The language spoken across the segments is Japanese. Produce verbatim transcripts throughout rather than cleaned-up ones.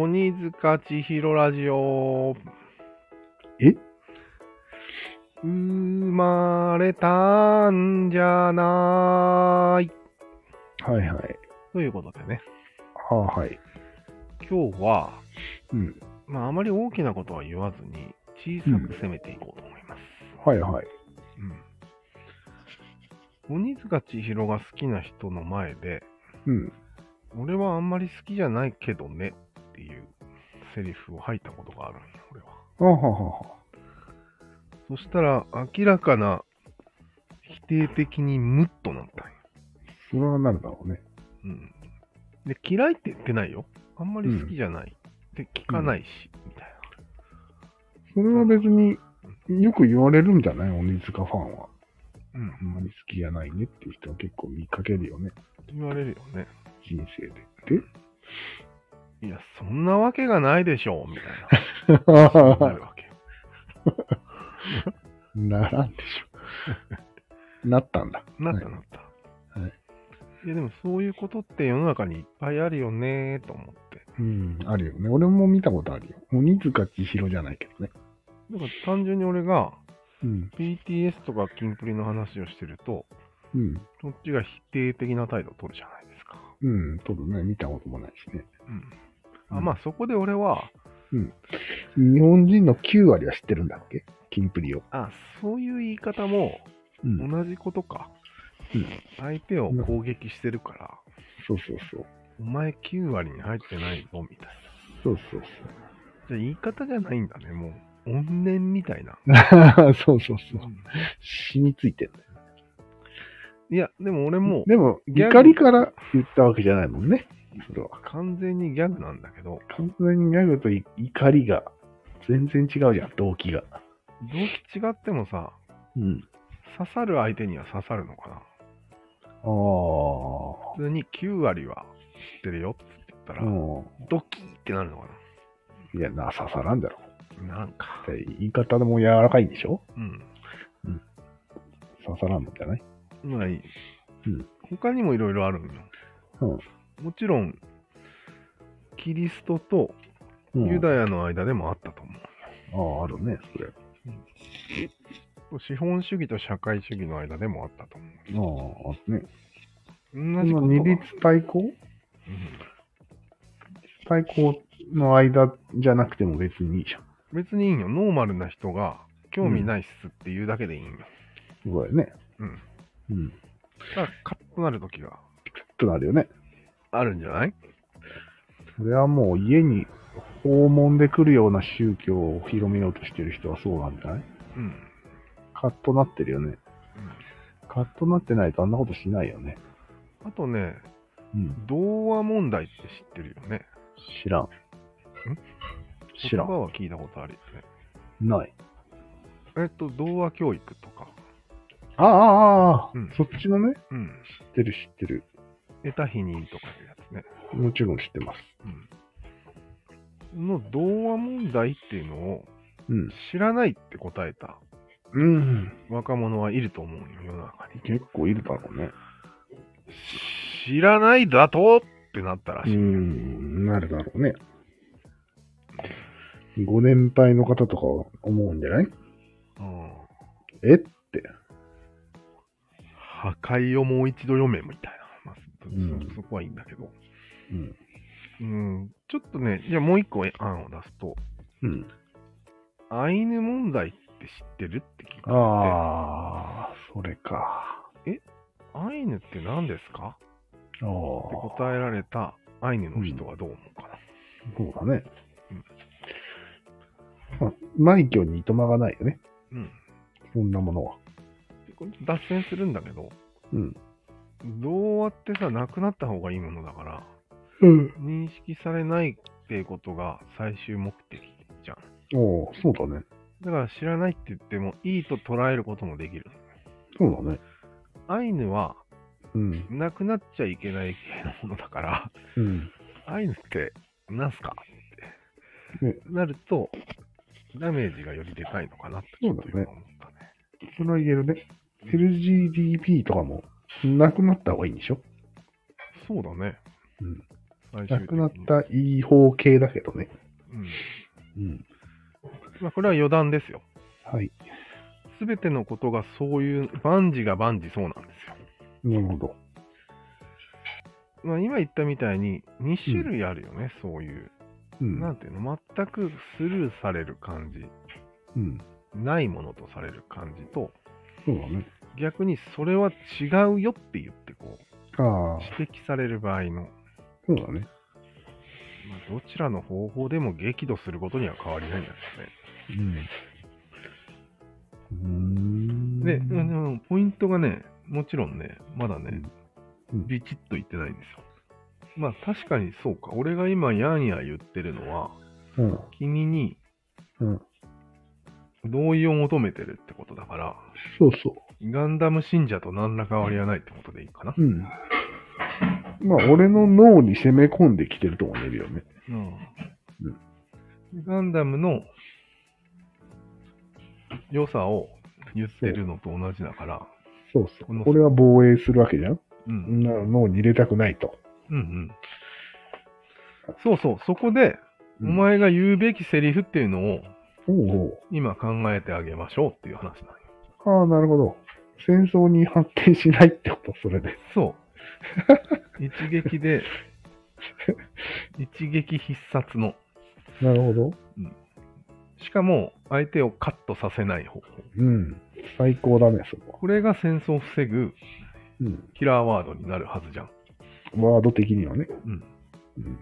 鬼塚千尋ラジオ。 え生まれたんじゃない。 はいはい。 ということでね、 ああ、はい。 今日は、 うん。 まああまり大きなことは言わずに、小さく攻めていこうと思います。 はいはい。 うん。鬼塚千尋が好きな人の前で、 うん。 俺はあんまり好きじゃないけどねっていうセリフを吐いたことがあるんよ、俺は。 あははは。 そしたら、明らかな否定的にムッとなったんよ。 それはなるだろうね。 うん。で、嫌いって言ってないよ。あんまり好きじゃない。で、聞かないし、みたいそれは別によく言われるんじゃない鬼塚ファンは。 な。うん。 あんまり好きじゃないねっていう人は結構見かけるよね。 言われるよね。 人生で。でいや、そんなわけがないでしょう、みたいな話になるわけよ。 ならんでしょ。なったんだ。 なったなった。 はい。 いや、でもそういうことって世の中にいっぱいあるよねと思って。 うん、あるよね。俺も見たことあるよ。鬼塚千尋じゃないけどね。 だから単純に俺がうん。 ピーティーエス とかキンプリの話をしてると、 うん。 そっちが否定的な態度を取るじゃないですか。 うん、撮るね。見たこともないしね。 うん。あ、まあそこで俺は、 うん。日本人のきゅう割は知ってるんだっけキンプリを。 あ、そういう言い方もうん。 同じことか。 うん。 相手を攻撃してるから、 そうそうそう。 お前きゅう割に入ってないぞ、みたいな。 そうそうじゃあ言い方じゃないんだね、もう。怨念みたいな。 そう。そうそうそう。染みついてるんだよ。 いや、でも俺も、 でも、 ギャグ怒りから言ったわけじゃないもんね。それは。 完全にギャグなんだけど、 完全にギャグとい怒りが全然違うじゃん、動機が。 動機違ってもさ、 うん。 刺さる相手には刺さるのかな。 あ普通にきゅう割は知ってるよって言ったあ。 ら、 うん。 ドキーってなるのかいや、な、刺さらんだろ。 な。なんか。 言い方でも柔らかいんでしょうん。 刺さらんのじゃないまあいい。 うん。 他にもいろいろあるんよ。 うん。 もちろん、キリストとうん、 ユダヤの間でもあったと思う。 ああ、あるね、それ。 資本主義と社会主義の間でもあったと思う。 ああ、あるね。 同じことが。 その二律対抗うん対抗の間じゃなくても別にいいじゃん。 別にいいんよ。ノーマルな人が興味ないっすっていうだけでいいんよ。 そうだよね。 うん。 うん。 だからカッとなるときがとなるよね。 あるんじゃない？ それはもう家に訪問で来るような宗教を広めようとしてる人はそうなんじゃない？ うん。 カッとなってるよね。 うんカッとなってないとあんなことしないよね。 あとね、 うん。 童話問題って知ってるよね。 知らん。知らん。 言葉は聞いたことあるよね。 ない。 えっと、童話教育とか。 ああ、ああ、 うんそっちのね。 うん。 知ってる知ってる。 得た日にとかいうやつね。 もちろん知ってます。 うん。の童話問題っていうのをうん。 知らないって答えたうん。 若者はいると思うよ、世の中に。 結構いるだろうね。 知らないだとってなったらうしい。 ん、なるだろうね。ご年配の方とかは思うんじゃないうん。 えって。 破壊をもう一度読めみたいな。まあそうんそそこはいいんだけど。 うん。 うん。ちょっとね、じゃあもう一個案を出すと、 うん。 アイヌ問題って知ってるって聞いて、 ああ、それか。 アイヌって何ですかああ。 って答えられたアイヌの人はどう思うかな。 そうだね。まあ、枚挙にいとまがないよね。 うん。 そんなものは。 でこれ脱線するんだけど、 うん。 童話ってさ、なくなった方がいいものだから、 うん。 認識されないっていうことが最終目的じゃん。 おー、そうだね。 だから知らないって言ってもいいと捉えることもできる。 そうだね。 アイヌはうん。 なくなっちゃいけない系のものだから、 うん。 アイヌって何すかね、 ってなると、ダメージがよりでかいのかなってちょっと今思ったね。 それは言えるね。エルジーディーピー とかもなくなった方がいいんでしょ？ そうだね。 うん。 最終的に亡くなったいい方系だけどね。 うん。 うん。 まあ、これは余談ですよ。 はい。 すべてのことがそういう、万事が万事そうなんですよ。 なるほど。 まあ、今言ったみたいにに種類あるよね、そういう。 うん。 なんていうの、全くスルーされる感じ、 うん。 ないものとされる感じと、 そうだね。 逆にそれは違うよって言ってこう、 ああ、 指摘される場合の、 そうだね。 まあ、どちらの方法でも激怒することには変わりないんだけうん。うーん。 どね。で、うんポイントがね、もちろんね、まだね、 うんビチッと言ってないんですよ。まあ確かにそうか。俺が今やんや言ってるのは、 うん。 君にうん。 同意を求めてるってことだから、 そうそガンダム信者と何ら変わりはないってことでいいかな。 う。うん。まあ、俺の脳に攻め込んできてるとも言えるよね。 うんガンダムの良さを言ってるのと同じだから、 そうそこのう。これは防衛するわけじゃん。 うんそんなの脳に入れたくないと。 うんうん。そうそう、そこで、 うんお前が言うべきセリフっていうのをおうお今考えてあげましょうっていう話なんよ。 う。ああ、なるほど。戦争に発展しないってこと、それで。 そう。一撃で、一撃必殺の。 なるほど。 しかも、相手をカットさせない方法。 うん。最高だね、そこは。 これが戦争を防ぐうん。 キラーワードになるはずじゃん。 ワード的にはね。 うん。 うん。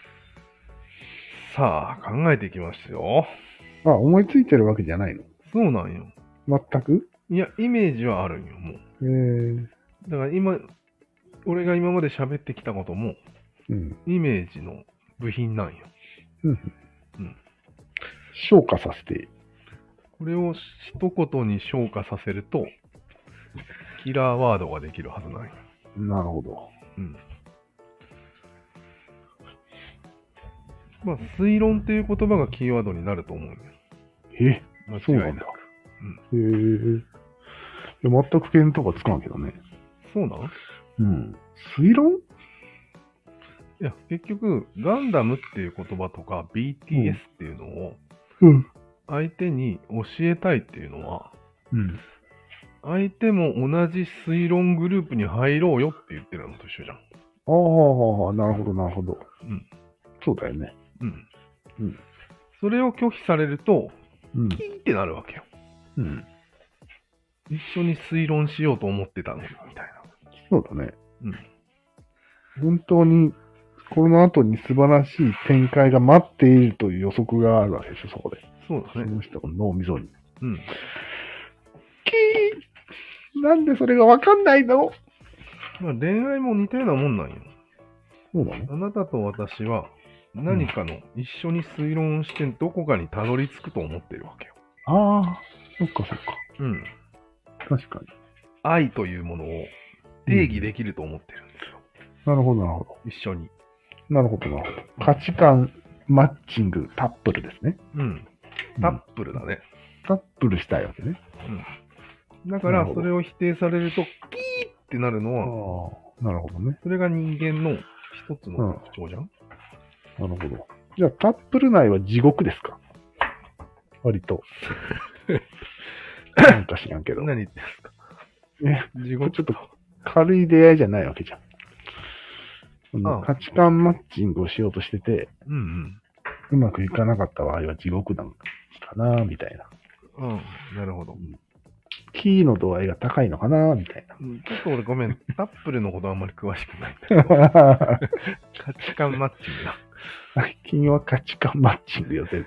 さあ、考えていきますよ。 あ、思いついてるわけじゃないの。 そうなんよ。 全くいや、イメージはあるんよ、もう。 えー。 だから今、俺が今まで喋ってきたことも、 うん。 イメージの部品なんよ。 うん。 うん消化させて。 これを一言に消化させると、キラーワードができるはずなんよ。 なるほど。 うん。まあ、推論っていう言葉がキーワードになると思うんよ。 え、 間そうなんだ違いなく。 へえ。いや全く見当がつかんけどね。 そうなのいうん。推論や、結局、ガンダムっていう言葉とか ビーティーエス っていうのをうん。 相手に教えたいっていうのは、 うん。 相手も同じ推論グループに入ろうよって言ってるのと一緒じゃん。 ああ、なるほど、なるほど。 うん。 そうだよね。 うん。 うん。 それを拒否されると、 うん。 キーってなるわけよ。 うん。 一緒に推論しようと思ってたのに、みたいな。 そうだね。 うん。 本当に、この後に素晴らしい展開が待っているという予測があるわけでしょ、そこで。そそうだね。 の人の脳みそに。 うん。 キーなんでそれがわかんないのまあ、恋愛も似たようなもんなんよ。 そうだね。 あなたと私は何かの一緒に推論してどこかにたどり着くと思ってるわけよ。 ああ、そっかそっか。 うん。 確かに。 愛というものを定義できると思ってるんですよ。 なるほど、なるほど。 一緒に。 なるほど、なるほど。価値観マッチングタップルですね。 うん。タップルだね。 タップルしたいわけね。 うん。だから、 なるほどそれを否定されると、キーってなるのあは、 あ、なるほどね。 それが人間の一つの特徴じゃん。 なるほど。じゃあ、タップル内は地獄ですか割と。なんか知らんけど。 何言ってんすか。 え、 地獄ちょっと軽い出会いじゃないわけじゃん。そああの価値観マッチングをしようとしてて、 うんうまくいかなかった場合は地獄なのかな、みたいな。 うん。うん。なるほど。 キーの度合いが高いのかな、みたいな。 うんちょっと俺ごめん。タップルのことあんまり詳しくないんだけど。価値観マッチングだ。 最近は価値観マッチングよ、全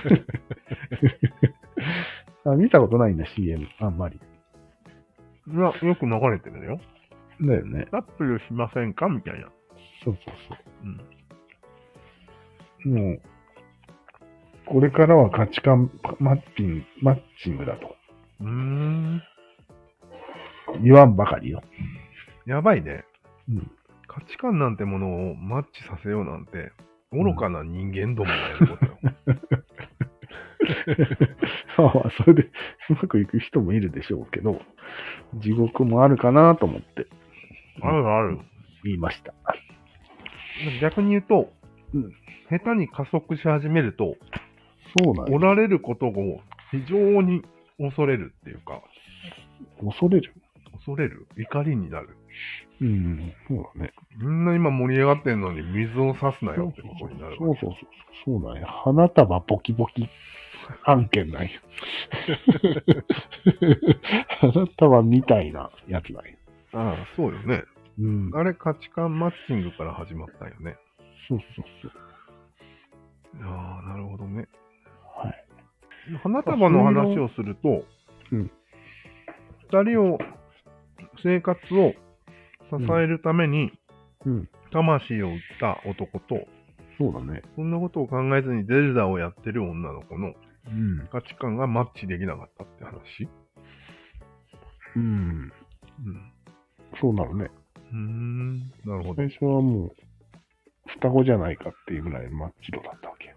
部。あ、見たことないんだ、シーエム。あんまり。 いや、よく流れてるよ。 だよね。 タップルしませんかみたいな。 そうそうそうん。 う。もう、これからは価値観マッチング、マッチングだと。 うーん。 言わんばかりよ。 やばいね。 うん。 価値観なんてものをマッチさせようなんて、愚かな人間どもがやることよ。 まあまあ、それでうまくいく人もいるでしょうけど、地獄もあるかなと思ってあるある。 言いました。 逆に言うと、 うん下手に加速し始めると、 そうなんや。 おられることを非常に恐れるっていうか、 恐れる。 恐れる怒りになる。 うん、そうだね。 みんな今盛り上がってんのに水を差すなよってことになるわけ。 そうそうそう。そうなんや。花束ボキボキ案件なんや。花束みたいなやつなんや。 ああ、そうよね。 うん。 あれ価値観マッチングから始まったよね。 そうそうそう。 ああ、なるほどね。 はい。 花束の話をすると、 うん二人を、生活を支えるために、 うん。 魂を売った男と、 そうだね。 そんなことを考えずにゼルダをやってる女の子のうん。 価値観がマッチできなかったって話。 うん。 うん。 そうなるね。 うーん、なるほど。 最初はもう、双子じゃないかっていうぐらいマッチ度だったわけよ。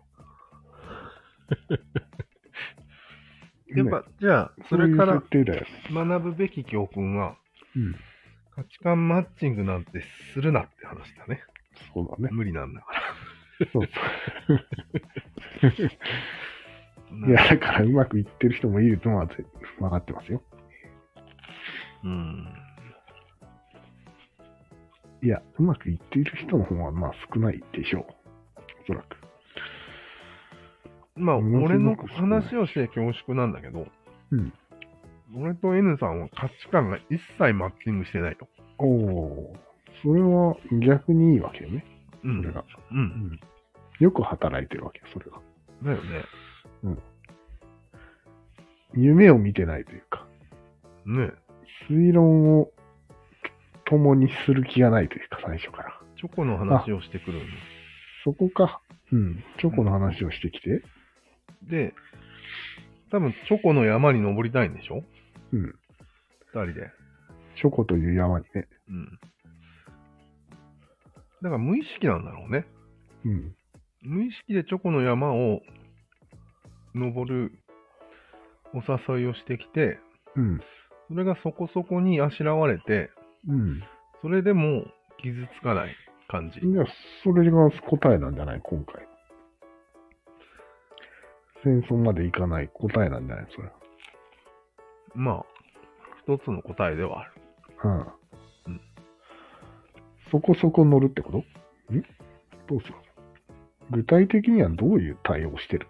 やっぱ、 ね、 じゃあ、それからそういう設定だよ。 学ぶべき教訓は、 うん。 価値観マッチングなんてするなって話だね。 そうだね。 無理なんだから。 そうそう。いや、だからうまくいってる人もいるのは分かってますよ。 うん。 いや、うまくいっている人の方はまあ少ないでしょう。おそらく。 まあ、 ものす俺のごく少ない話をして恐縮なんだけど、 うん。 俺と N さんは価値観が一切マッチングしてないと。 おお、それは逆にいいわけよね。 うん。 それが。 う。 うんん。よく働いてるわけよ、それが。 だよね。 夢を見てないというか、 ね推論を共にする気がないというか、最初から。 チョコの話をしてくるんそこか。うん。チョコの話をしてきて。 で、多分チョコの山に登りたいんでしょうん。 二人で。 チョコという山にね。 うん。だから無意識なんだろうね。 うん。 無意識でチョコの山を登るお誘いをしてきて、 うん。 それがそこそこにあしらわれて、 うん。 それでも傷つかない感じ。 いや、それが答えなんじゃない今回。戦争までいかない答えなんじゃないそれ。 まあ、一つの答えではある。 うん。 うんそこそこ乗るってことんどうする具体的にはどういう対応してる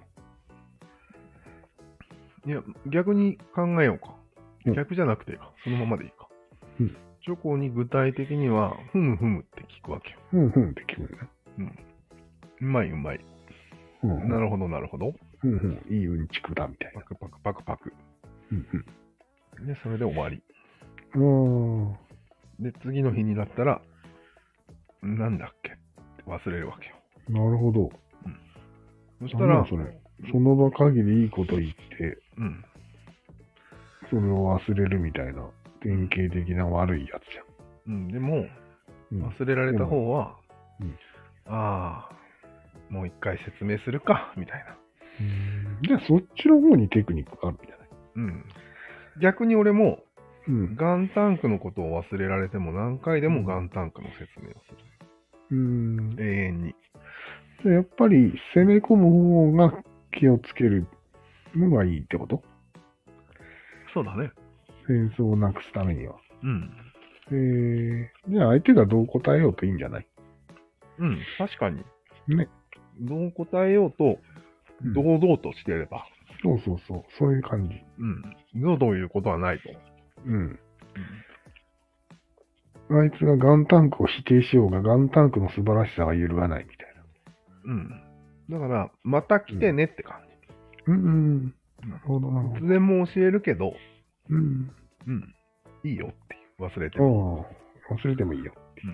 いや、逆に考えようか。 うん逆じゃなくていいか。そのままでいいか。 うんチョコに具体的には、ふむふむって聞くわけよ。 うんうんって聞くよね。 うん。うまいうまい。 うんうん。 なるほど、なるほど。 うんうん。いいうんちくだみたいな。 パクパクパクパク。 うんで、それで終わり。 うん。うで、次の日になったら、なんだっけって忘れるわけよ。 ーん。なるほど。 そしたら、 それ。その場限りいいこと言って、 うん。 それを忘れるみたいな、典型的な悪いやつじうん、でも、 ゃん。うん。 忘れられた方は、 うんああ、もう一回説明するか、みたいな。 じゃあそっちの方にテクニックがあるんじゃないうん。逆に俺も、 うん。 ガンタンクのことを忘れられても何回でもガンタンクの説明をすうん。 る。永遠に。 でやっぱり攻め込む方が気をつけるのがいいってことそうだね。 戦争をなくすためには。 うん。 えー、じゃあ相手がどう答えようといいんじゃないうん、確かに。 ね。 どう答えようと、 うん堂々としていれば、 そうそうそう。そういう感じ。 うん。どうということはないと。 うん。あいつがガンタンクを否定しようが、ガンタンクの素晴らしさが揺るがないみたいうん。だから、また来てねって感な。うん、うん。なるほど、なるじ。 ほど。 いつでも教えるけど、 うん。 うん。いいよっていう。忘れてあも。 あ、忘れてもいいよ。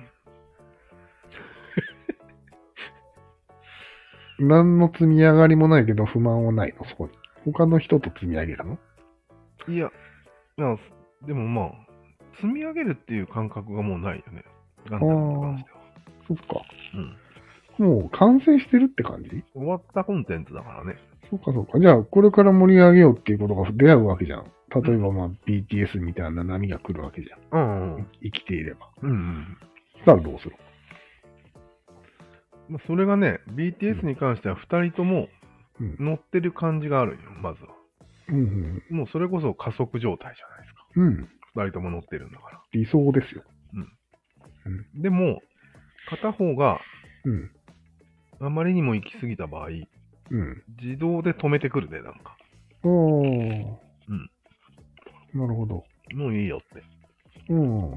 何の積み上がりもないけど不満はないの、そこに。他の人と積み上げるのいや、いや、でもまあ、積み上げるっていう感覚がもうないよね。ガンダムに関しては。 そっか。 うん。 もう完成してるって感じ終わったコンテンツだからね。 そっかそっか。じゃあ、これから盛り上げようっていうことが出会うわけじゃん。例えば、まあ、ビーティーエス みたいな波が来るわけじゃん。 うんうん。 生きていれば。 うんうん。 だからどうするまあ、それがね、ビーティーエス に関してはふたりともうん。 乗ってる感じがあるよ、まずは。 うん。 もうそれこそ加速状態じゃないですか。 うん。 ふたりとも乗ってるんだから。 理想ですよ。 でも、片方がうん。 あまりにも行き過ぎた場合、 うん。 自動で止めてくるね、なんか。 おー。 うん。 なるほど。 もういいよって。 うん。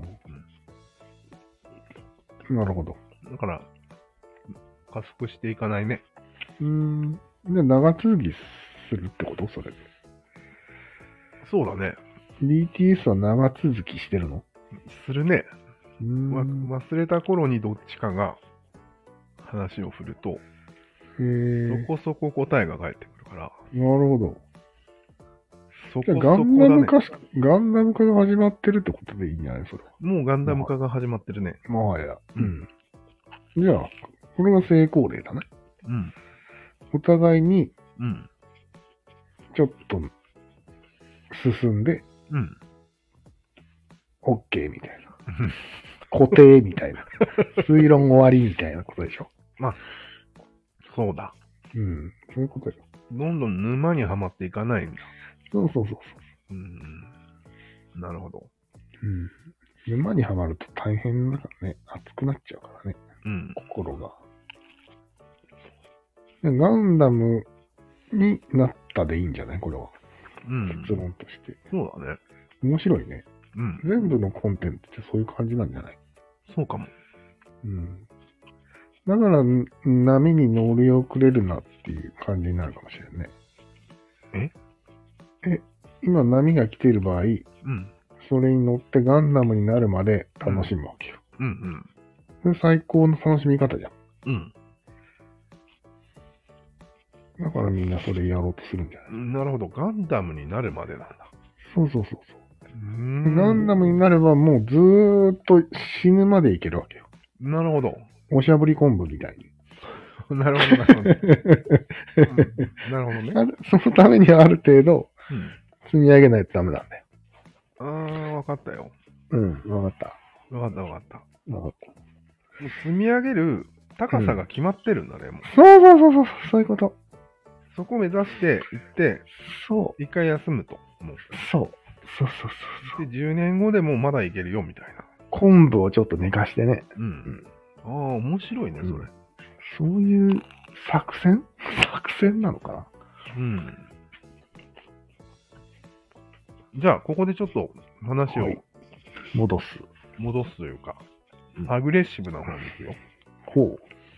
なるほど。 だから、加速していかないね。 うーん。で、長続きするってことそれで。 そうだね。 ビーティーエス は長続きしてるのするね。 うーわん。 忘れた頃にどっちかが話を振ると、 へー。 そこそこ答えが返ってくるから、 なるほど。じゃあそこそこガンダだね。 ム化し、ガンダム化が始まってるってことでいいんじゃないそれは。 もうガンダム化が始まってるね。 もはや。 うん。 じゃあ、これが成功例だね。 うん。 お互いにうん。 ちょっと進んで、 うん。 OK みたいな。固定みたいな。推論終わりみたいなことでしょ。 そうだ。 うん。そういうことよ。 どんどん沼にはまっていかないんだ。 そうそうそうそうん。なるほど。 う。うん。沼にはまると大変だからね。熱くなっちゃうからね。 うん。 心が。でガンダムになったでいいんじゃないこれは。 うん。 結論として。 そうだね。 面白いね。 うん。 全部のコンテンツってそういう感じなんじゃないそうかも。 うん。だから、波に乗り遅れるなっていう感じになるかもしれんね。 ええ、今波が来ている場合、 うん。 それに乗ってガンダムになるまで楽しむわけよ。 うんそれ最高の楽しみ方じゃん。 うん。 だからみんなそれやろうとするんじゃないうん。なるほど。ガンダムになるまでなんだ。 そうそうそうそう。 うーん。 ガンダムになればもうずーっと死ぬまでいけるわけよ。 なるほど。 おしゃぶり昆布みたいに。 なるほど、なるほど。うんなるほどね。 あるそのためにはある程度うん。 積み上げないとダメなんだよ。 あー、わかったよ。 うん、わかった。 わかった、わかった。 わかった。 もう積み上げる高さが決まってるんだね、もう。 そうそうそうそう、そういうこと。 そこを目指して行って、 そう、 一回休むと。もう。 そう。そうそうそうそう。 で、じゅうねんごでもまだいけるよ、みたいな。 昆布をちょっと寝かしてね。 うん。 んああ、面白いね、それ。 そういう作戦作戦なのかなうん。じゃあ、ここでちょっと話をはい戻す。 戻すというか、 うんアグレッシブな方に行くよ。 ほ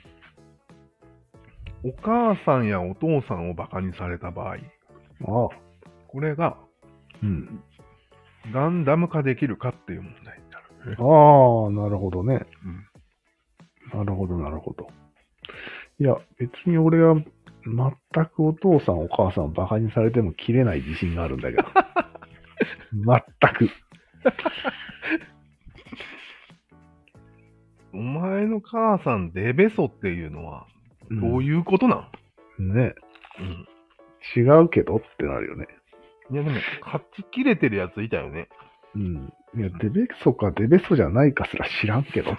お母さんやお父さんをバカにされた場合、 う。ああ。 これがうん。 ガンダム化できるかっていう問題になる。 ああ、なるほどね。 うん。 なるほど、なるほど。いや、別に俺は全くお父さんお母さんをバカにされても切れない自信があるんだけど。全く。 お前の母さんデベソっていうのはどういうことなん、 うん、ね。 うん、 違うけどってなるよね。 いやでも、勝ち切れてるやついたよね。 うん。いや、デベソかデベソじゃないかすら知らんけど。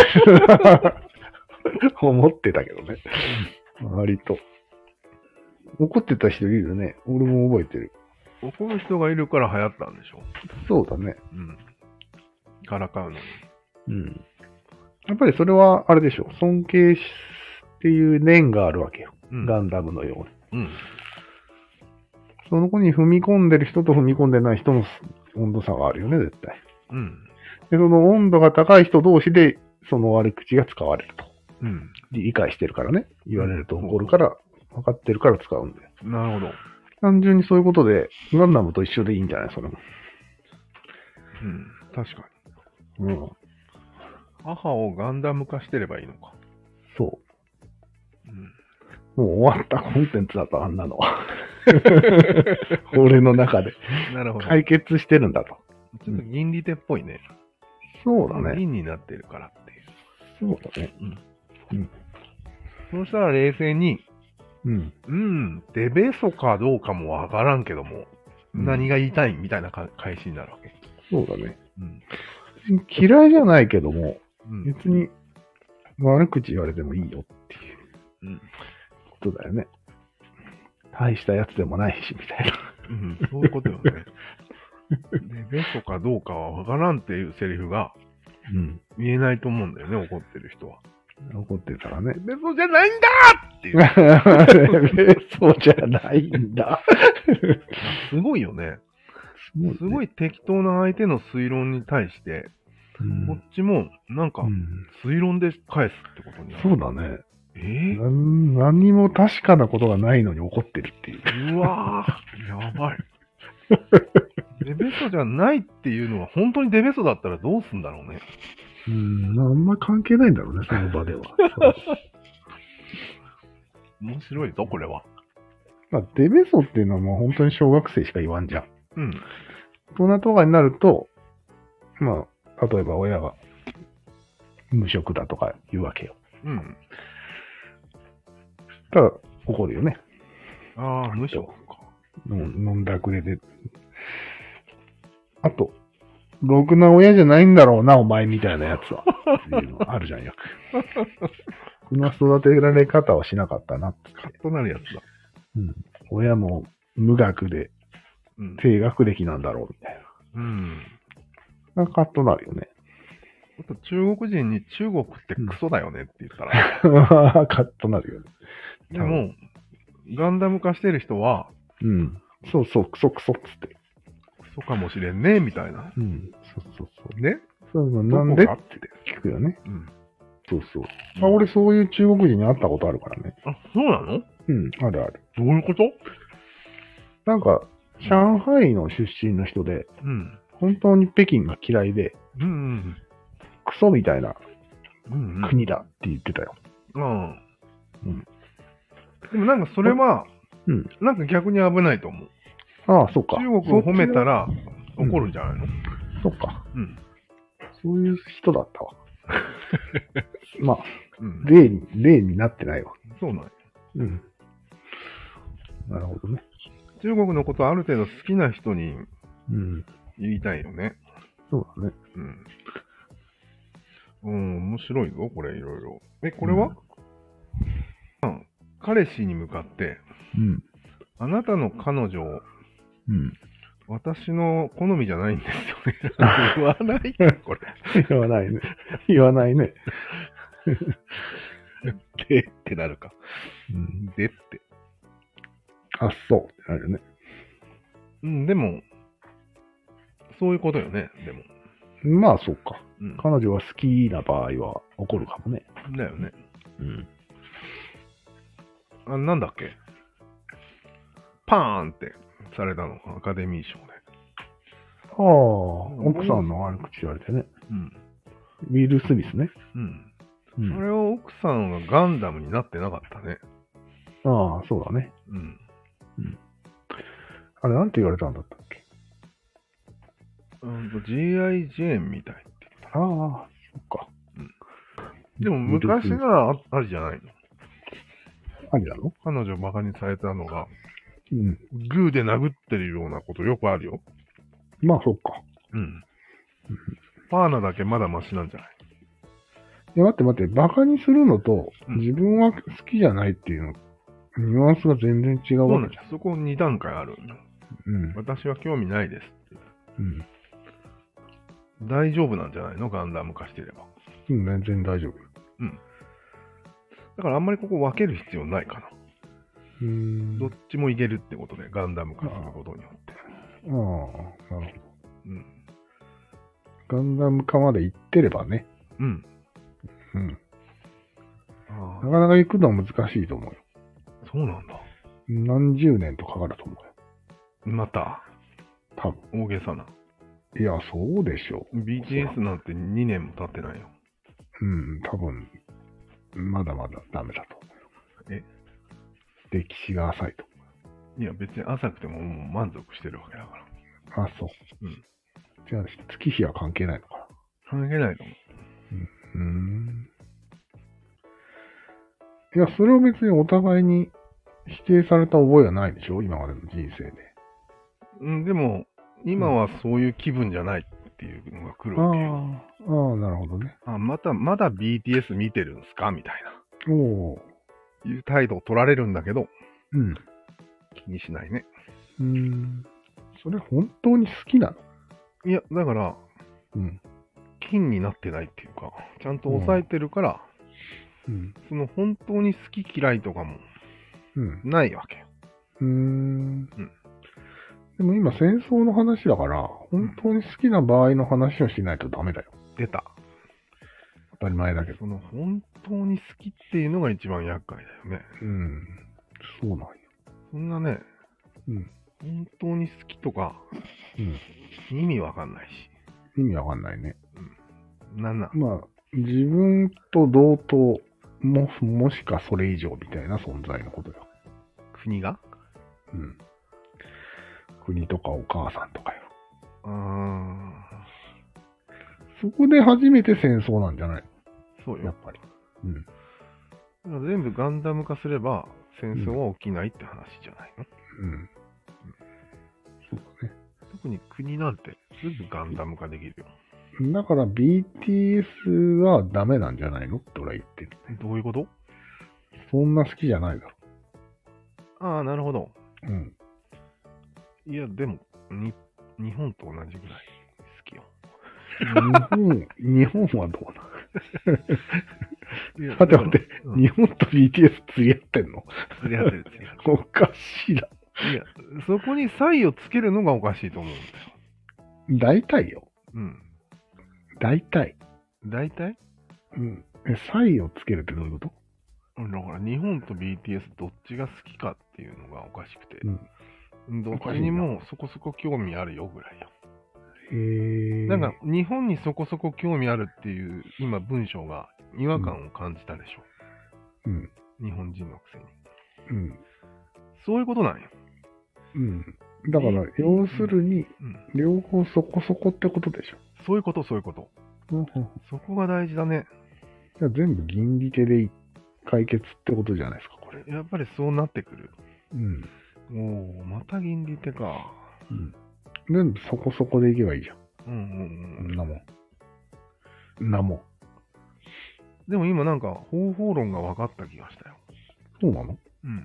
思ってたけどね。割と。怒ってた人いるよね。俺も覚えてる。 怒る人がいるから流行ったんでしょ。 そうだね。 うん。からかうのに。 うん。やっぱりそれは、あれでしょ。尊敬しっていう念があるわけよ。 うん。 ガンダムのように。 うん。 その子に踏み込んでる人と踏み込んでない人の温度差があるよね、絶対。 うん。 で、その温度が高い人同士で、その悪口が使われると。 うん。 理解してるからね。言われると怒るから、分かってるから使うんだよ。 なるほど。 単純にそういうことで、ガンダムと一緒でいいんじゃないそれも。 うん。確かに。 うん。 母をガンダム化してればいいのか。 そうん。 う。もう終わったコンテンツだと、あんなのは。俺の中で。 なるほど。 解決してるんだと。 ちょっと銀利手っぽいね。 そうだね。 銀になってるからっていう。 そうだね。 そうしたら冷静に、 うん。 うん、デベソかどうかもわからんけども、 うん何が言いたいみたいなか返しになるわけ。 そうだね。 うん。 嫌いじゃないけども、 うん。 別に悪口言われてもいいよっていう。 うん。 ことだよね。大したやつでもないし、みたいな。 うん、そういうことよね。で、ベストかどうかはわからんっていうセリフがうん。 言えないと思うんだよね、怒ってる人は。 怒ってたらね。 ベストじゃないんだっていう。 そうじゃないんだ。 すごいよね。 すごいね、 すごい適当な相手の推論に対して、 うんこっちもなんかうん推論で返すってことになる。 そうだね。 えー、 なん何も確かなことがないのに怒ってるっていう。 うわぁ、やばい。デベソじゃないっていうのは本当にデベソだったらどうすんだろうね。 うん、あんま関係ないんだろうね、その場では。 面白いぞ、これは。 まあ、デベソっていうのはもう本当に小学生しか言わんじゃん。 うん。 大人とかになると、まあ、例えば親が無職だとか言うわけよ。 うん。 ただ、怒るよね。 ああ、無職か。 の飲んだくれで。あと、ろくな親じゃないんだろうな、お前みたいなやつは。っていうのあるじゃん、よく。こんな育てられ方はしなかったなって。 カッとなるやつだ。 うん。親も無学でうん。 低学歴なんだろう、みたいうん。 な。カッとなるよね。 あと中国人に中国ってクソだよねって言ったら。 カッとなるよね。 でも、ガンダム化してる人は、 うん。そうそう、クソクソっつって。 クソかもしれんね、みたいな。 うん。そうそうそう。 ねそうそう、なんでってどこがって。 聞くよね。 うん。 そうそう。あ、俺そういう中国人に会ったことあるからね。 あ、そうなのうん、あるある。 どういうことなんか、上海の出身の人で、 うん。 本当に北京が嫌いで、 うんうんクソみたいなうん。うんうん。 国だって言ってたよ。 うん。 うんでもなんかそれは、 うん。 なんか逆に危ないと思う。 ああ、そうか。 中国を褒めたら。 らうん怒るんじゃないのそっか。 うん。 そういう人だったわ。まあ、 うん。 例に、例になってないわ。 そうなんや。 うん。なるほどね。 中国のことある程度好きな人にうん。 言いたいよね。 そうだね。 うん。うん、面白いぞ、これいろいろ。え、これは、うん、彼氏に向かって、 うん。 あなたの彼女をうん。 私の好みじゃないんですよね。言わないこれ。 言わないね。言わないね。 でってなるか。 うん。 でって。 あ、そうってなるよね。 うん、でも、そういうことよね、でも。 まあ、そうか。 うん。 彼女が好きな場合は怒るかもね。 だよね。 うん。 あ、なんだっけパーンってされたのか、アカデミー賞で。 ああ、奥さんの悪口言われてね。 うん。 ウィル・スミスね。 うん。 うん。 それは奥さんがガンダムになってなかったね。 ああ、そうだね。 うん。 あれ、なんて言われたんだったっけ。 うんと ジーアイ ジェーンみたいって言った。 ああ、そっか。 でも昔ならあありじゃないの。 ありなの？ 彼女をバカにされたのが、 うん。 グーで殴ってるようなことよくあるよ。 まあ、そっか。 うん。パーナだけまだマシなんじゃないいや、待って待って、バカにするのと、 うん自分は好きじゃないっていうの、ニュアンスが全然違うそうわけじゃん。 なんです。そこに段階あるんだ。 うん。 私は興味ないですって。 うん。 大丈夫なんじゃないのガンダム化してれば。 うん、全然大丈夫。 だからあんまりここ分ける必要ないかな。 うーん。 どっちもいけるってことで、ガンダム化することによって。 ああ、なるほど。 うん。 ガンダム化まで行ってればね。 うん。 うん。 あなかなか行くのは難しいと思うよ。 あ、そうなんだ。 何十年とかかると思うよ。 また、 多分。 大げさな。 いや、そうでしょう。 ビーティーエス なんてにねんも経ってないよ。 うん、多分、まだまだダメだと思うよ。 え歴史が浅いといや、別に浅くてももう満足してるわけだから。 思う。あ、そう。 うん。 じゃあ、月日は関係ないのか関係ないと思な。うーん。いや、それを別にお互いに否定された覚えはないでしょ今までの人生で。 う。うん、でも、今はそういう気分じゃないっていうのが来るわけよ。 ああ、ああ、なるほどね。 あ、また、まだ ビーティーエス 見てるんすかみたいな。 おお。 いう態度を取られるんだけど、 うん。 気にしないね。 うーん。それ本当に好きなの？ いや、だから、 うん。 金になってないっていうか、ちゃんと抑えてるから、 うん。 その本当に好き嫌いとかもうん。 ないわけよ。 うーん。でも今戦争の話だから、本当に好きな場合の話をしないとダメだよ。 出た。 当たり前だけど。 その本当に好きっていうのが一番厄介だよね。 うん。そうなんや。 そんなね、 うん。 本当に好きとかうん。 意味わかんないし。 意味わかんないね。 なんなん。 まあ、自分と同等、も、もしかそれ以上みたいな存在のことよ。 国がうん。国とかお母さんとかよ。 うーん。 そこで初めて戦争なんじゃないそうよ。 やっぱり。うん。 だから全部ガンダム化すれば戦争は起きないって話じゃないの、 うん。そうだね。 特に国なんて全部ガンダム化できるよ。 だから ビーティーエス はダメなんじゃないのって俺は言ってる。 どういうこと？ そんな好きじゃないだろ。 ああ、なるほど。 うん。 いや、でも、に、日本と同じぐらい好きよ。 日本、日本はどういやなの？待って待って、 うん、 日本と ビーティーエス 釣り合ってんの？ 釣り合ってる、釣り合っておかしいな。 る。いや、そこに差異をつけるのがおかしいと思うんだよ。 大体よ。 うん。 大体。 大体うん。え、差異をつけるってどういうこと？ だから日本と ビーティーエス どっちが好きかっていうのがおかしくて、 うん。 どっちにもそこそこ興味あるよぐらいよ。 へえ。 なんか日本にそこそこ興味あるっていう今文章が違和感を感じたでしょ。 うん。 日本人のくせに。 うん。 そういうことなんよ。 うん。だから、要するに、 うん。 両方そこそこってことでしょ。 そういうこと、そういうこと。 うんうん。 そこが大事だね。 じゃあ全部銀利手で解決ってことじゃないですか、これ。 やっぱりそうなってくる。 うん。 おお、また銀利手か。 うん。全部そこそこでいけばいいじゃん。 うんうんうん。 んなもん。んなもん。 でも今なんか方法論が分かった気がしたよ。 そうなの？ うん。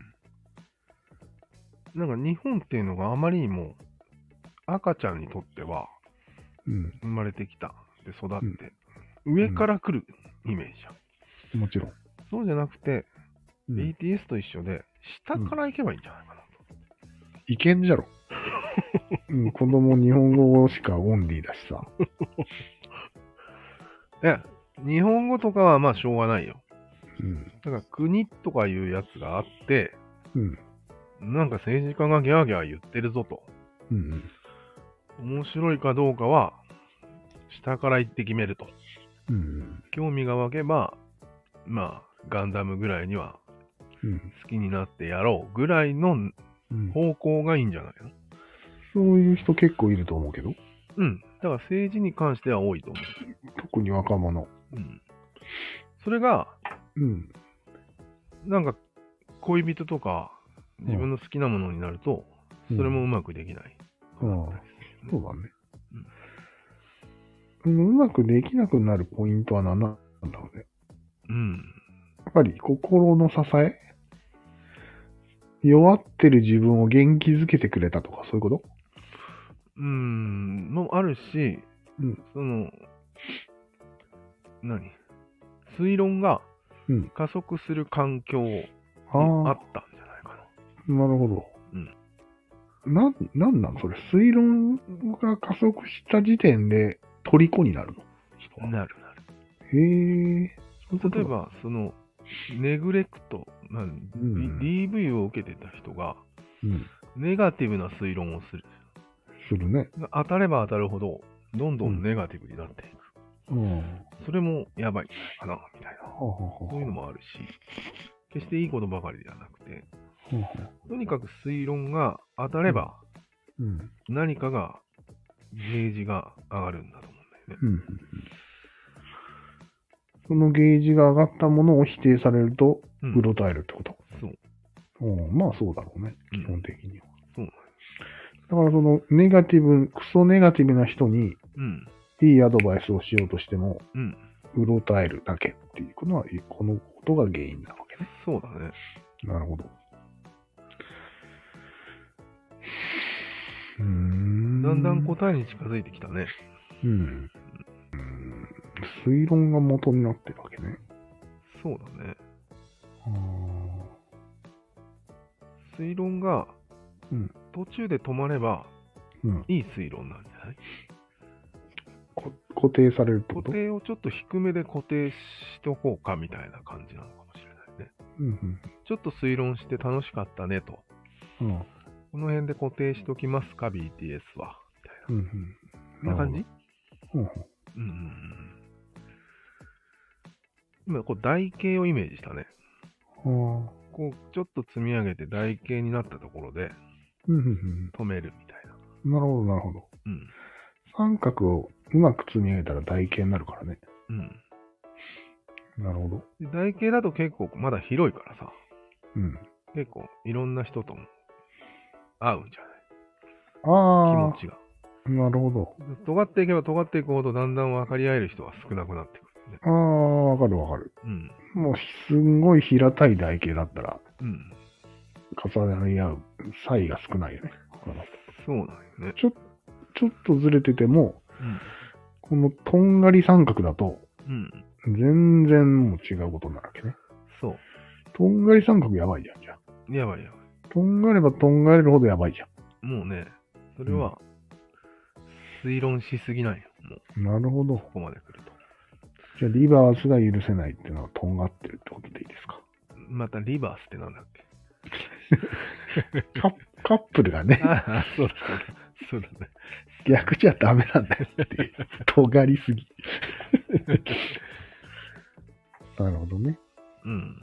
なんか日本っていうのがあまりにも赤ちゃんにとってはうん。 生まれてきた。で育って、上から来るイメージじゃん。 もちろん。 そうじゃなくて、 うん、 ビーティーエス と一緒で下から行けばいいんじゃないかなと。 いけんじゃろ。うん、子供日本語しかオンリーだしさ。 いや、日本語とかはまあしょうがないよ。 うん。 だから国とかいうやつがあって、 うん。 なんか政治家がギャーギャー言ってるぞと。 うん。 面白いかどうかは下から行って決めると。 うん。 興味が湧けば、まあ、ガンダムぐらいにはうん。 好きになってやろうぐらいのうん。 方向がいいんじゃないの？ そういう人結構いると思うけど。 うん。だから政治に関しては多いと思う。 特に若者。 うん。それが、 うん。 なんか恋人とか自分の好きなものになると、 うん、 それもうまくできない。 うん。そうだね。うん、うまくできなくなるポイントは何なんだろうね。 うん。 やっぱり心の支え？弱ってる自分を元気づけてくれたとか、そういうこと？ うーん、もあるし、 うん、 その、何推論がうん、 加速する環境にああったんじゃないかな。 なるほど。 うん。 なん、なんなんそれ、推論が加速した時点で虜になるの？人は。 なるなる。 へえ。そういうことだ。 例えば、その、ネグレクト、なんうん、 ディーブイ を受けてた人が、 うん、 ネガティブな推論をする。 するね。 当たれば当たるほど、どんどんネガティブになっていく。 うん。はそれもやばいんじゃないかな、みたいな。 あ、はあはあ、 そういうのもあるし、決していいことばかりではなくて、 はあはあ、 とにかく推論が当たれば、 うん、 何かが、ゲージが上がるんだと思うんだよね。 うんうんうん。そのゲージが上がったものを否定されると、 うんうろたえるってこと？ そう。 うん、まあそうだろうね、 うん基本的には。 そうなんでだからそのネガティブ、クソネガティブな人にす。うん。 いいアドバイスをしようとしても、 うん。 うろたえるだけっていうのは、このことが原因なわけ。 けね。 そうだね。 なるほど。うーん。 だんだん答えに近づいてきたね。 うん。うん。推論が元になってるわけね。 そうだね。 あ推論がーうん。 途中で止まればうん。 いい推論なんじゃない？ こ固定されるってこと？ 固定をちょっと低めで固定しておこうかみたいな感じなのかもしれないね。 うんちょっと推論して楽しかったねと。 うん。うん。 この辺で固定しときますか ビーティーエス は。みたいな。 うんうん。 こんな感じ？ うんうんうんうん。今、こう台形をイメージしたね。 うん。ああ。 こう、ちょっと積み上げて台形になったところでうんうん止めるみたいな。 うん。なるほど、なるほど。 うん。 三角をうまく積み上げたら台形になるからね。 うん。 なるほど。 で台形だと結構まだ広いからさ、 うん。 結構いろんな人とも合うんじゃない？ ああ。 気持ちが。 なるほど。 尖っていけば尖っていくほどだんだん分かり合える人は少なくなってくるね。 ああ、わかるわかる。 うん。 もう、すんごい平たい台形だったら、 うん。 重なり合う差異が少ないよね。 そうなんよね。 ちょ、ちょっとずれてても、 うん。 このとんがり三角だと、 うん。 全然もう違うことになるわけね。 そとんがり三角やばいじゃん、じゃあ。 う。やばいやばい。 とんがればとんがれるほどやばいじゃもうね、それは、推論しすぎないよ。もう、 ん。なるほど。 ここまで来ると。 じゃあ、リバースが許せないっていうのはとんがってるってことでいいですか？ また、リバースってなんだっけ？ カッカップルがね、 ああ、そうだ、そうだ。そうだね。 逆じゃダメなんだよっていう。尖りすぎ。なるほどね。 うん。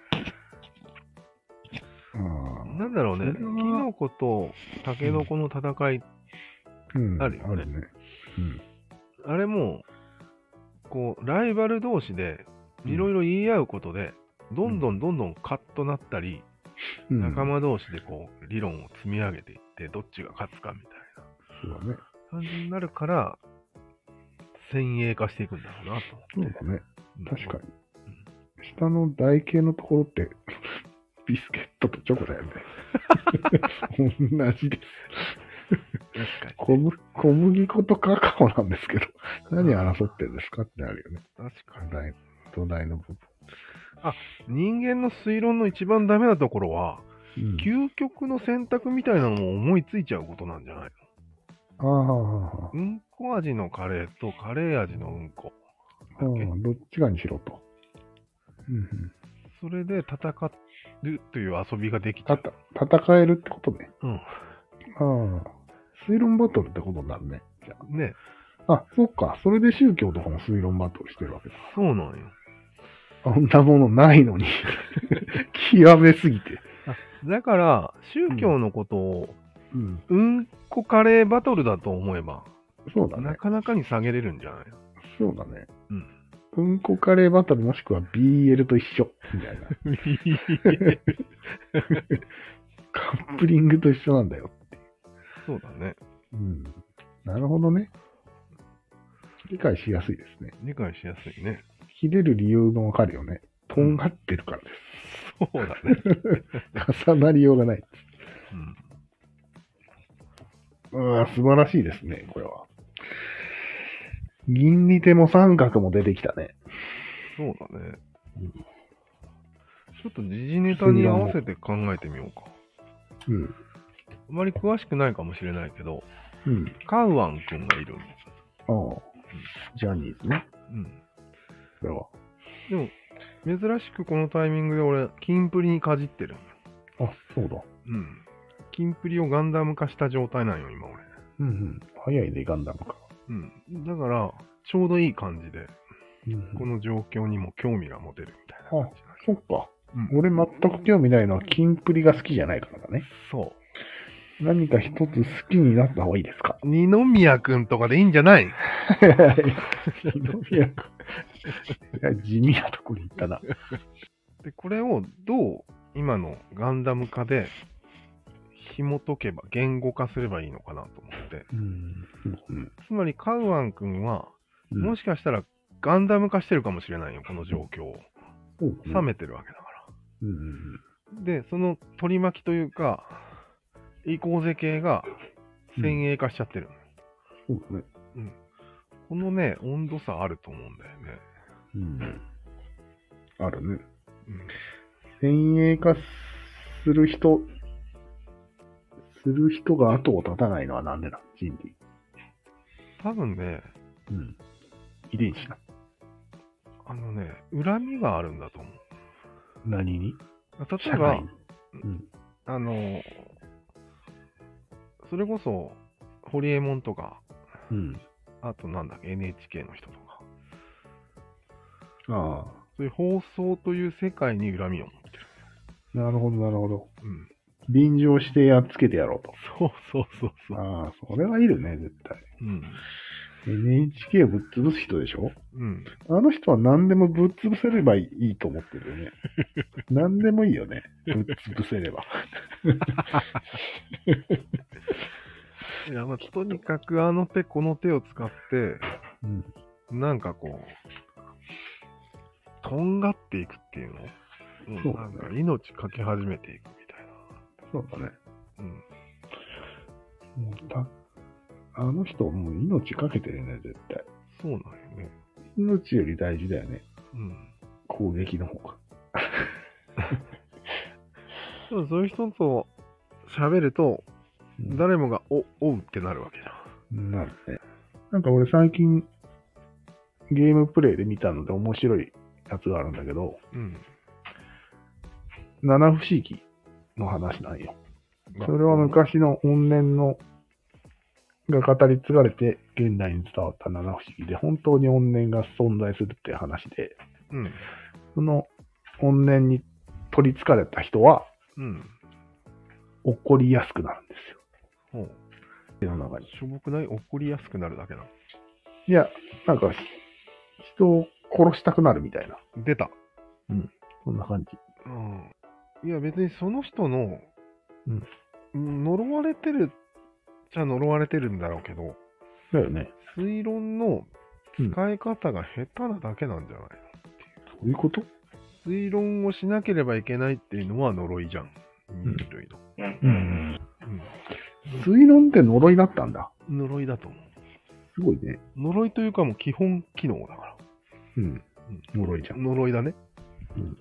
あなんだろうね。キそれはノコとタケノコの戦い、 ーうん、 あるよねあるね。 あれも、こう、ライバル同士で、いろいろ言い合うことで、どんどんどんどんカッとなったり、 うん。 仲間同士でこう、理論を積み上げていって、どっちが勝つかみたいなそうだね。 感じになるから、先鋭化していくんだろうなと思って。 そうだね。 うん確かに。下の台形のところって、ビスケットとチョコだよね。同じです。 確か小麦小麦粉とカカオなんですけど、何争ってるんですかってなるよね。 に。確かに。 土台土台の部分。 人間の推論の一番ダメなところは、 うん、 究極の選択みたいなのも思いついちゃうことなんじゃないああ、はの？うんこ味のカレーとカレー味のうんこ。 あ、はあ、どっちかにしろと。うんうん、 それで戦るという遊びができちゃたう。 た戦えるってことね。 うん。 ああ、推論バトルってことになるね。じゃね、 あ。あ、そっか。それで宗教とかも推論バトルしてるわけだ。 そうなんよ。 あんなものないのに。極めすぎて。 だから、宗教のことを、 うん。 うんこカレーバトルだと思えば、 そうだね。 なかなかに下げれるんじゃない？ そうだね。 うん。 うんこカレーバトルもしくは ビーエル と一緒。みたいな。カップリングと一緒なんだよ。 そうだね。 うん。なるほどね。理解しやすいですね。 理解しやすいね。 切れる理由もわかるよね。とんがってるからでそうだね。 す。重なりようがない。 うん。 うん、素晴らしいですね、これは。銀利手も三角も出てきたね。 そうだね。 うんちょっと時事ネタに合わせて考えてみようか。 うん。 あまり詳しくないかもしれないけど、 うん。 カウアンくんがいるんです。 ああ。ジャニーズね。 うん。 これは。 でも、珍しくこのタイミングで俺、キンプリにかじってる。 あ、そうだ。 うん。キンプリをガンダム化した状態なんよ、今俺。 うんうん。早いね、ガンダムか。 うん。だから、ちょうどいい感じで、 うんこの状況にも興味が持てるみたいなあ感じ。、 そっか。 うん、 俺全く興味ないのは、キンプリが好きじゃないからだね。 そ何か一つ好きになった方がいいですか？ う。二宮くんとかでいいんじゃない？ 二宮君。いや、地味なとこに行ったな。 で、これをどう今のガンダム化で紐解けば、言語化すればいいのかなと思って。 うん。うん。 つまり、カウアンくんは、 うん、 もしかしたらガンダム化してるかもしれないよ、この状況を。 そうね冷めてるわけだから。 うん。 で、その取り巻きというか、イコーゼ系が先鋭化しちゃってる。 そうだね。 うん。このね、温度差あると思うんだよね。 うん。あるね。 うん。 先鋭化する人、する人が後を絶たないのはなんでだ、人類。 多分ね、 うん。遺伝子だ。 あのね、恨みがあるんだと思う。 何に？ 例えば社会に。、うん。 あの、それこそ、ホリエモンとか、 うん。 あとなんだっけ、エヌエイチケー の人とか、 あそういう放送という世界に恨みを持ってる。 あ。なるほど、なるほど。 うん。 便乗してやっつけてやろうと。 そうそうそうそう。 ああ、それはいるね、絶対。 うん。 エヌエイチケー ぶっ潰す人でしょ？ うん。 あの人は何でもぶっ潰せればいいと思ってるよね。何でもいいよね。ぶっ潰せれば。 いや、まあ、とにかくあの手この手を使って、 うん。 なんかこう、とんがっていくっていうの、うん、 そうだねなんか命かけ始めていくみたいそうだね。 な。うん。 もうたあの人もう命かけてるよね、絶対。 そうなんよね。 命より大事だよね。 うん。 攻撃の方が。 でもそういう人と喋ると、 うん誰もがお、おうってなるわけじゃん。 なるね。なんか俺最近ゲームプレイで見たので面白いやつがあるんだけど、 うん。 七不思議の話なんよ。 まあそれは昔の怨念のが語り継がれて現代に伝わった七不思議で、本当に怨念が存在するっていう話で、 うん。 その怨念に取り憑かれた人はうん。 怒りやすくなるんですよ。 ほう。 世の中に。 しょぼくない？怒りやすくなるだけなの。 いや、なんか人を殺したくなるみたいな。 出た。 そんな感じ。 うん。いや、別にその人の、 うん。 呪われてるじゃ呪われてるんだろうけど、 だよね。 推論のうん。 使い方が下手なだけなんじゃないの？ そういうこと？ 推論をしなければいけないっていうのは呪いじゃん。人類の。 うん。 うん。 推論って呪いだったんだ。 呪いだと思う。 すごいね。 呪いというかもう基本機能だから。 うん。 うん、 呪いじゃん。 呪いだね。 うん。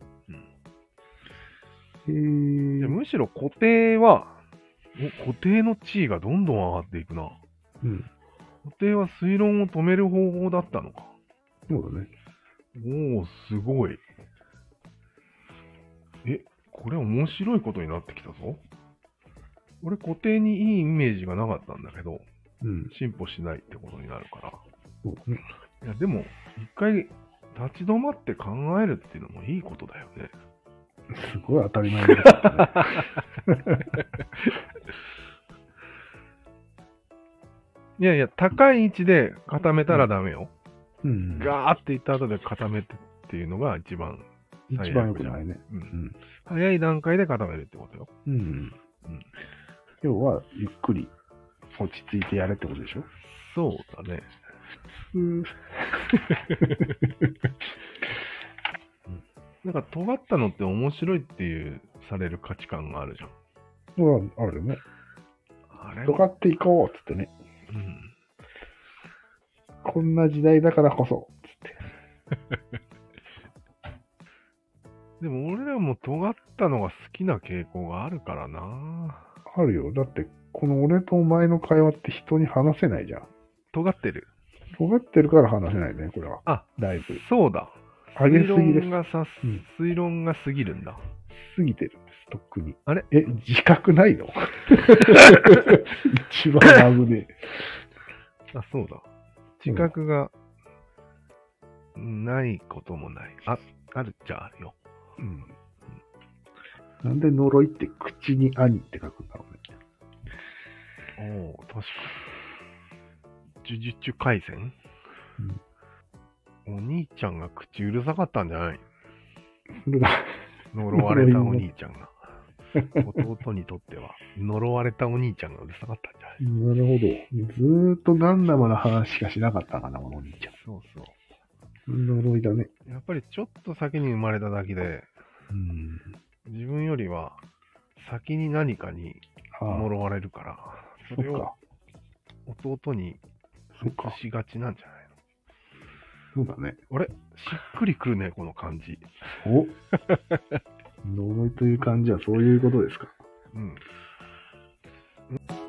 うん、 へえ。 むしろ固定は、お固定の地位がどんどん上がっていくな。 うん。 固定は推論を止める方法だったのか。 そうだね。 おお、すごい。え、これ面白いことになってきたぞ。俺固定にいいイメージがなかったんだけど、 うん。 進歩しないってことになるから。 そうだね。 いや、でも、一回立ち止まって考えるっていうのもいいことだよね。 すごい当たり前だったね。 いやいや、高い位置で固めたらダメよ。 うん。 ガーっていった後で固めてっていうのが一番最悪一番良くないね。 う。 うんん。 早い段階で固めるってことよ。 うん。 うん。 要は、ゆっくり落ち着いてやれってことでしょ？ そうだね。 うん。 なんか尖ったのって面白いっていうされる価値観があるじゃん。 そうあるよね。 あれ尖っていこうっつってね。 うん。 こんな時代だからこそ、つって。 でも俺らも尖ったのが好きな傾向があるからな。 あるよ。だって、この俺とお前の会話って人に話せないじゃん。 尖ってる。 尖ってるから話せないね、これは。 あ、 だいぶ。 そうだ。 上げすぎです推論。がさ、 うん推論が過ぎるんだ。 過ぎてるんです、とっくに。 あれえ、自覚ないの？一番危ねあ、そうだ。自覚がないこともない。あ、あるっちゃあるよ。 え。うん。なんで呪いって口に兄って書くんだろうね。 おお、確かに。呪術廻戦、うん、お兄ちゃんが口うるさかったんじゃない？ それが呪われたお兄ちゃんが。弟にとっては、呪われたお兄ちゃんがうるさかったんじゃない？ なるほど。ずーっとガンダムの話しかしなかったかな、このお兄ちゃん。 そうそう。 呪いだね。 やっぱりちょっと先に生まれただけで、 うん。 自分よりは先に何かにああ、 呪われるから、それをそっか。 弟にそっか。 移しがちなんじゃないそうだね。 の？あれしっくりくるね、この感じ。 お呪いという感じはそういうことですか。 うん。